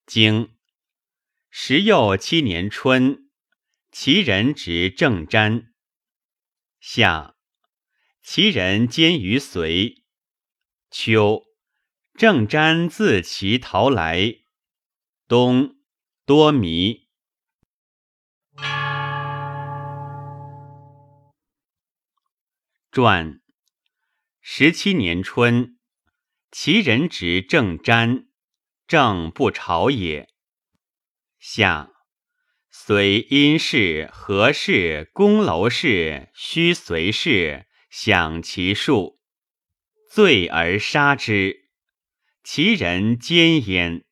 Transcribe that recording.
经时又7年春，齐人执郑詹。夏，齐人监于随。秋，郑詹自齐逃来。冬，多弥。传17年春，齐人执郑詹，郑不朝也。夏，随殷氏、何氏、公楼氏、须随氏享其数，罪而杀之。齐人奸焉。